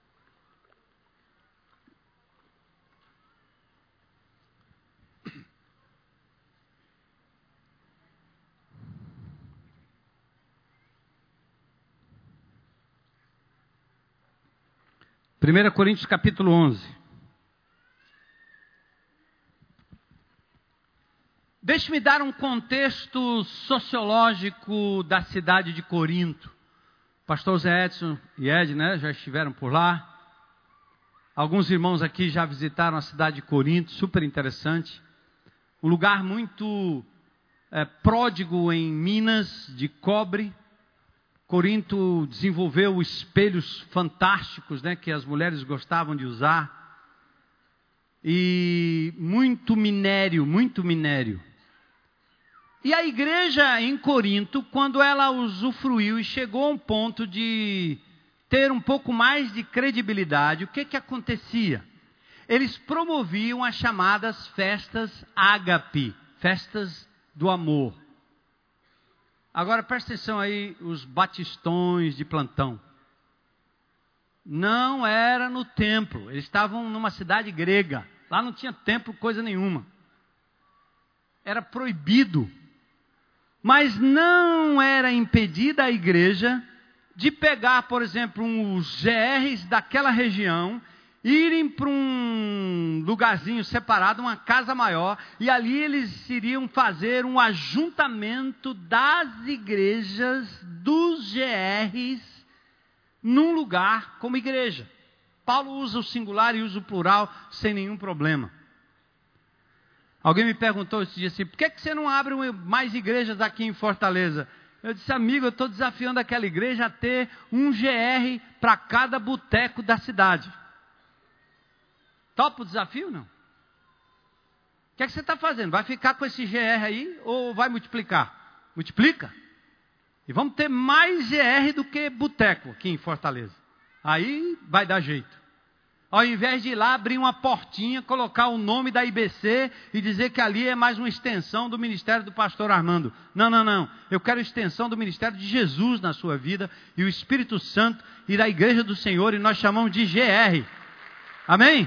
Primeira Coríntios capítulo 11. Deixe-me dar um contexto sociológico da cidade de Corinto. Pastor Zé Edson e Ed, já estiveram por lá. Alguns irmãos aqui já visitaram a cidade de Corinto, super interessante. Um lugar muito pródigo em minas de cobre. Corinto desenvolveu espelhos fantásticos, que as mulheres gostavam de usar. E muito minério. E a igreja em Corinto, quando ela usufruiu e chegou a um ponto de ter um pouco mais de credibilidade, o que acontecia? Eles promoviam as chamadas festas ágape, festas do amor. Agora presta atenção aí, os batistões de plantão. Não era no templo, eles estavam numa cidade grega. Lá não tinha templo, coisa nenhuma. Era proibido. Mas não era impedida a igreja de pegar, por exemplo, os GRs daquela região, irem para um lugarzinho separado, uma casa maior, e ali eles iriam fazer um ajuntamento das igrejas, dos GRs, num lugar como igreja. Paulo usa o singular e usa o plural sem nenhum problema. Alguém me perguntou esse dia assim, por que você não abre mais igrejas aqui em Fortaleza? Eu disse, amigo, eu estou desafiando aquela igreja a ter um GR para cada boteco da cidade. Topa o desafio, não? O que você está fazendo? Vai ficar com esse GR aí ou vai multiplicar? Multiplica. E vamos ter mais GR do que boteco aqui em Fortaleza. Aí vai dar jeito. Ao invés de ir lá abrir uma portinha, colocar o nome da IBC e dizer que ali é mais uma extensão do ministério do pastor Armando. Não. Eu quero extensão do ministério de Jesus na sua vida e o Espírito Santo e da igreja do Senhor, e nós chamamos de GR. Amém?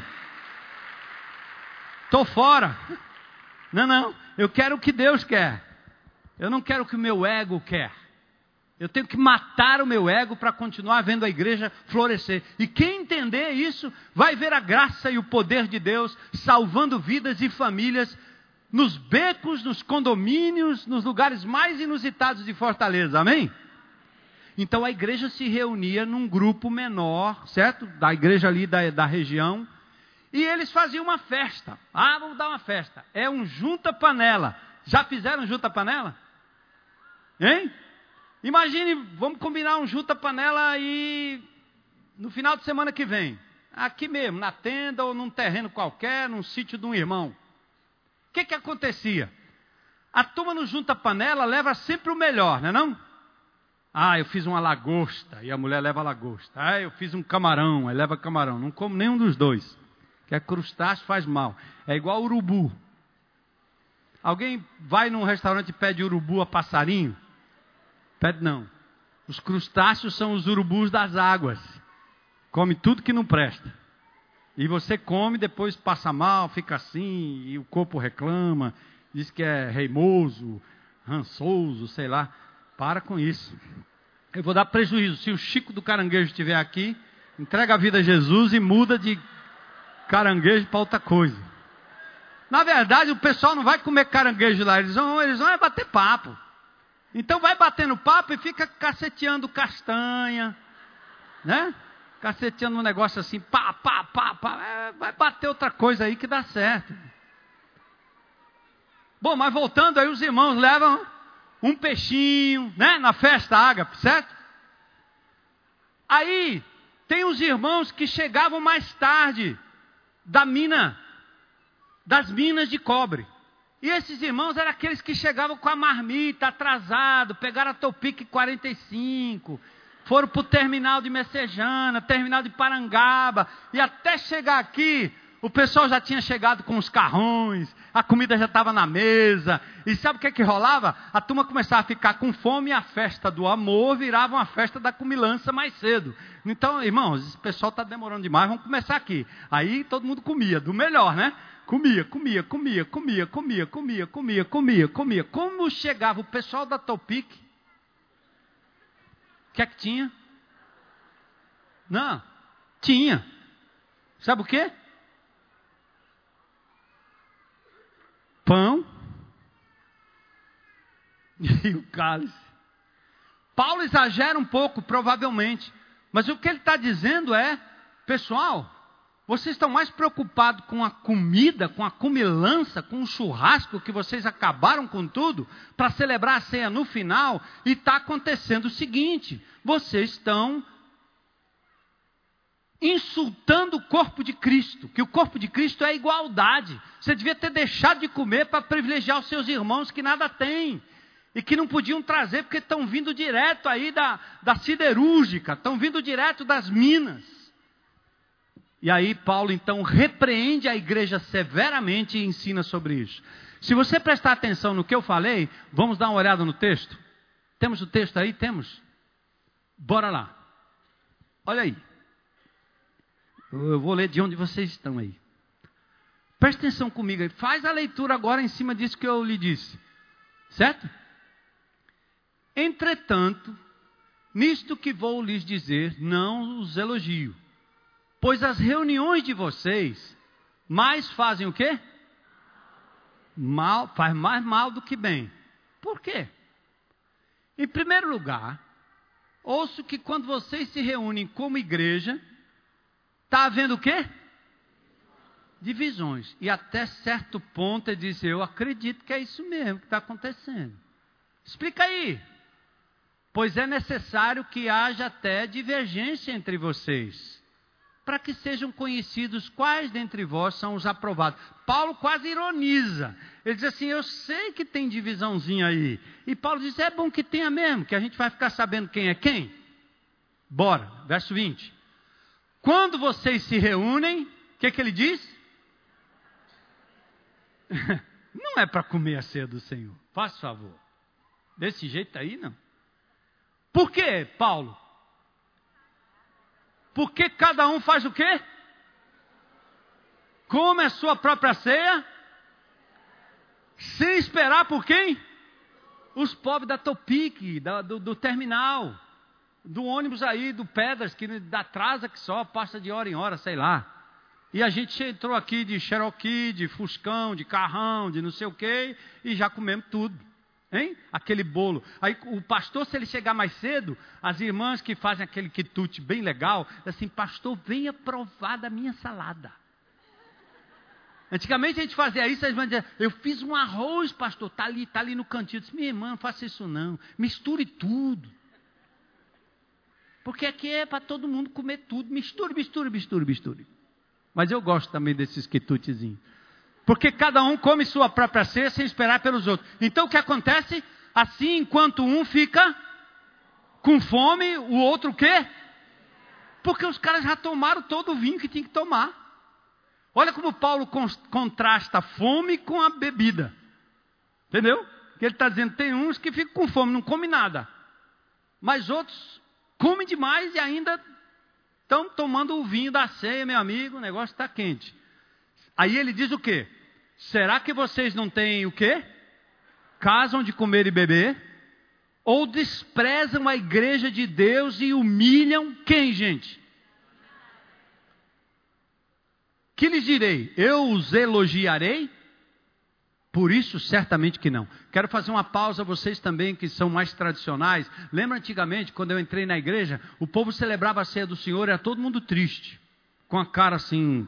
Estou fora. Não. Eu quero o que Deus quer. Eu não quero o que o meu ego quer. Eu tenho que matar o meu ego para continuar vendo a igreja florescer. E quem entender isso, vai ver a graça e o poder de Deus salvando vidas e famílias nos becos, nos condomínios, nos lugares mais inusitados de Fortaleza. Amém? Então a igreja se reunia num grupo menor, certo? Da igreja ali da região. E eles faziam uma festa. Vamos dar uma festa. É um junta-panela. Já fizeram junta-panela? Hein? Imagine, vamos combinar um junta-panela aí no final de semana que vem. Aqui mesmo, na tenda ou num terreno qualquer, num sítio de um irmão. O que acontecia? A turma no junta-panela leva sempre o melhor, não é não? Eu fiz uma lagosta e a mulher leva a lagosta. Eu fiz um camarão, aí leva camarão. Não como nenhum dos dois. Que crustáceo faz mal. É igual urubu. Alguém vai num restaurante e pede urubu a passarinho? Pede não. Os crustáceos são os urubus das águas. Come tudo que não presta. E você come, depois passa mal, fica assim, e o corpo reclama, diz que é reimoso, rançoso, sei lá. Para com isso. Eu vou dar prejuízo. Se o Chico do Caranguejo estiver aqui, entrega a vida a Jesus e muda de caranguejo para outra coisa. Na verdade, o pessoal não vai comer caranguejo lá, eles vão bater papo. Então vai batendo papo e fica caceteando castanha, né? Caceteando um negócio assim, pá. Vai bater outra coisa aí que dá certo. Bom, mas voltando aí, os irmãos levam um peixinho, né? Na festa ágape, certo? Aí, tem os irmãos que chegavam mais tarde das minas de cobre. E esses irmãos eram aqueles que chegavam com a marmita, atrasado, pegaram a Topic 45, foram para o terminal de Messejana, terminal de Parangaba, e até chegar aqui, o pessoal já tinha chegado com os carrões, a comida já estava na mesa, e sabe o que rolava? A turma começava a ficar com fome e a festa do amor virava uma festa da comilança mais cedo. Então, irmãos, esse pessoal está demorando demais, vamos começar aqui. Aí todo mundo comia, do melhor, né? Comia. Como chegava o pessoal da Topic, o que é que tinha? Não, tinha. Sabe o quê? Pão e o cálice. Paulo exagera um pouco, provavelmente. Mas o que ele está dizendo é, pessoal, vocês estão mais preocupados com a comida, com a comilança, com o churrasco que vocês acabaram com tudo, para celebrar a ceia no final, e está acontecendo o seguinte, vocês estão insultando o corpo de Cristo, que o corpo de Cristo é a igualdade. Você devia ter deixado de comer para privilegiar os seus irmãos que nada têm, e que não podiam trazer, porque estão vindo direto aí da siderúrgica, estão vindo direto das minas. E aí Paulo então repreende a igreja severamente e ensina sobre isso. Se você prestar atenção no que eu falei, vamos dar uma olhada no texto? Temos o texto aí? Temos? Bora lá. Olha aí. Eu vou ler de onde vocês estão aí. Presta atenção comigo aí. Faz a leitura agora em cima disso que eu lhe disse. Certo? Entretanto, nisto que vou lhes dizer, não os elogio. Pois as reuniões de vocês mais fazem o quê? Mal, faz mais mal do que bem. Por quê? Em primeiro lugar, ouço que quando vocês se reúnem como igreja, está havendo o quê? Divisões. E até certo ponto ele diz, eu acredito que é isso mesmo que está acontecendo. Explica aí. Pois é necessário que haja até divergência entre vocês, para que sejam conhecidos quais dentre vós são os aprovados. Paulo quase ironiza. Ele diz assim, eu sei que tem divisãozinha aí. E Paulo diz, é bom que tenha mesmo, que a gente vai ficar sabendo quem é quem. Bora, verso 20. Quando vocês se reúnem, o que ele diz? Não é para comer a ceia do Senhor, faz favor. Desse jeito aí, não. Por quê, Paulo? Porque cada um faz o quê? Come a sua própria ceia, sem esperar por quem? Os pobres da Topic, do terminal, do ônibus aí, do Pedras, que atrasa que só, passa de hora em hora, sei lá. E a gente entrou aqui de Cherokee, de Fuscão, de Carrão, de não sei o quê, e já comemos tudo. Hein? Aquele bolo. Aí o pastor, se ele chegar mais cedo, as irmãs que fazem aquele quitute bem legal, assim, pastor, venha provar da minha salada. Antigamente a gente fazia isso, as irmãs diziam, eu fiz um arroz, pastor, tá ali no cantinho. Eu disse, minha irmã, não faça isso não, misture tudo. Porque aqui é para todo mundo comer tudo, misture. Mas eu gosto também desses quitutezinhos. Porque cada um come sua própria ceia sem esperar pelos outros. Então o que acontece? Assim, enquanto um fica com fome, o outro o quê? Porque os caras já tomaram todo o vinho que tinha que tomar. Olha como Paulo contrasta a fome com a bebida. Entendeu? Que ele está dizendo, tem uns que ficam com fome, não comem nada. Mas outros comem demais e ainda estão tomando o vinho da ceia, meu amigo, o negócio está quente. Aí ele diz o quê? Será que vocês não têm o quê? Casam de comer e beber? Ou desprezam a igreja de Deus e humilham quem, gente? Que lhes direi? Eu os elogiarei? Por isso, certamente que não. Quero fazer uma pausa, vocês também que são mais tradicionais. Lembra antigamente, quando eu entrei na igreja, o povo celebrava a ceia do Senhor, era todo mundo triste, com a cara assim.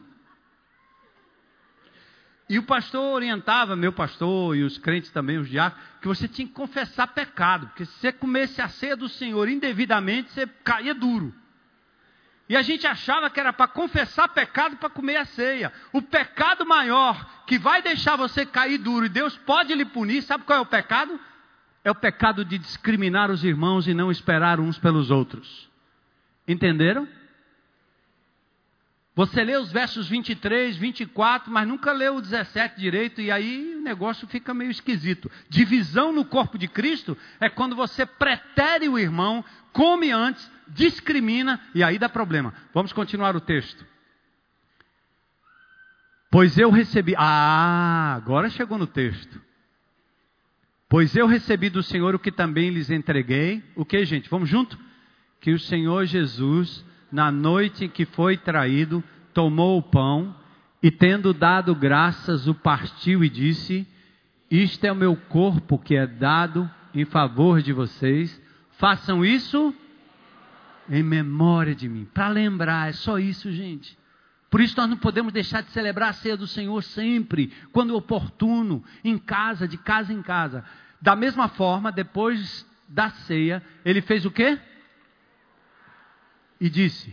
E o pastor orientava, meu pastor e os crentes também, os diáconos, que você tinha que confessar pecado, porque se você comesse a ceia do Senhor indevidamente, você caía duro. E a gente achava que era para confessar pecado para comer a ceia. O pecado maior que vai deixar você cair duro e Deus pode lhe punir, sabe qual é o pecado? É o pecado de discriminar os irmãos e não esperar uns pelos outros. Entenderam? Você lê os versos 23, 24, mas nunca leu o 17 direito, e aí o negócio fica meio esquisito. Divisão no corpo de Cristo é quando você pretere o irmão, come antes, discrimina, e aí dá problema. Vamos continuar o texto. Pois eu recebi... agora chegou no texto. Pois eu recebi do Senhor o que também lhes entreguei. O que, gente? Vamos junto? Que o Senhor Jesus... na noite em que foi traído, tomou o pão e tendo dado graças, o partiu e disse, isto é o meu corpo que é dado em favor de vocês, façam isso em memória de mim. Para lembrar, é só isso, gente. Por isso nós não podemos deixar de celebrar a ceia do Senhor sempre, quando oportuno, em casa, de casa em casa. Da mesma forma, depois da ceia, ele fez o quê? E disse,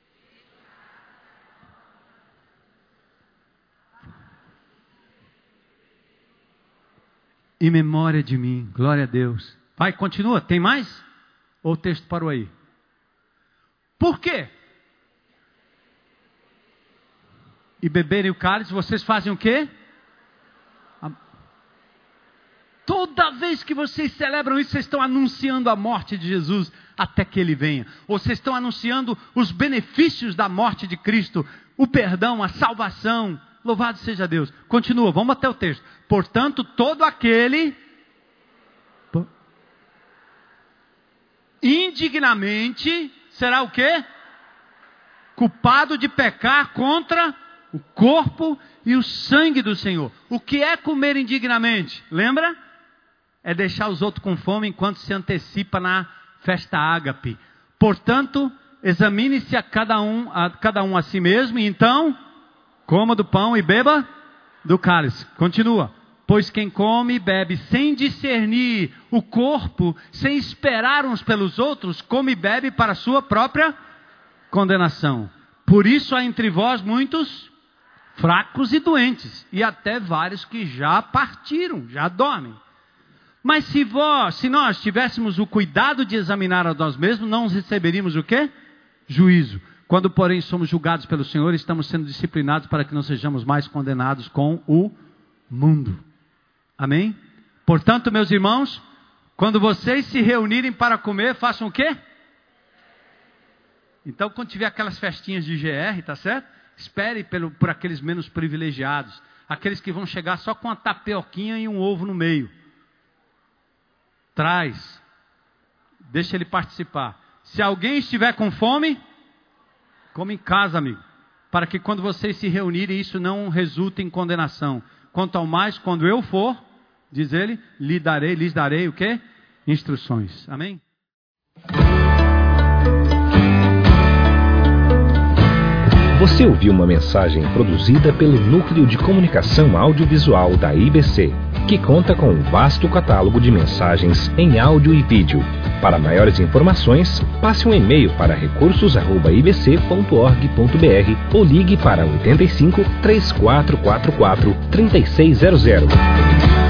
em memória de mim, glória a Deus. Vai, continua, tem mais? Ou o texto parou aí? Por quê? E beberem o cálice, vocês fazem o quê? Toda vez que vocês celebram isso, vocês estão anunciando a morte de Jesus até que Ele venha. Ou vocês estão anunciando os benefícios da morte de Cristo, o perdão, a salvação. Louvado seja Deus. Continua, vamos até o texto. Portanto, todo aquele indignamente será o quê? Culpado de pecar contra o corpo e o sangue do Senhor. O que é comer indignamente? Lembra? É deixar os outros com fome enquanto se antecipa na festa ágape. Portanto, examine-se a cada um a si mesmo, e então coma do pão e beba do cálice. Continua. Pois quem come e bebe sem discernir o corpo, sem esperar uns pelos outros, come e bebe para a sua própria condenação. Por isso há entre vós muitos fracos e doentes, e até vários que já partiram, já dormem. Mas se nós tivéssemos o cuidado de examinar a nós mesmos, não receberíamos o quê? Juízo. Quando, porém, somos julgados pelo Senhor, estamos sendo disciplinados para que não sejamos mais condenados com o mundo. Amém? Portanto, meus irmãos, quando vocês se reunirem para comer, façam o quê? Então, quando tiver aquelas festinhas de GR, tá certo? Espere por aqueles menos privilegiados. Aqueles que vão chegar só com uma tapioquinha e um ovo no meio. Traz. Deixa ele participar. Se alguém estiver com fome, come em casa, amigo. Para que quando vocês se reunirem, isso não resulte em condenação. Quanto ao mais, quando eu for, diz ele, lhes darei o quê? Instruções. Amém? Você ouviu uma mensagem produzida pelo Núcleo de Comunicação Audiovisual da IBC, que conta com um vasto catálogo de mensagens em áudio e vídeo. Para maiores informações, passe um e-mail para recursos@ibc.org.br ou ligue para 85 3444 3600.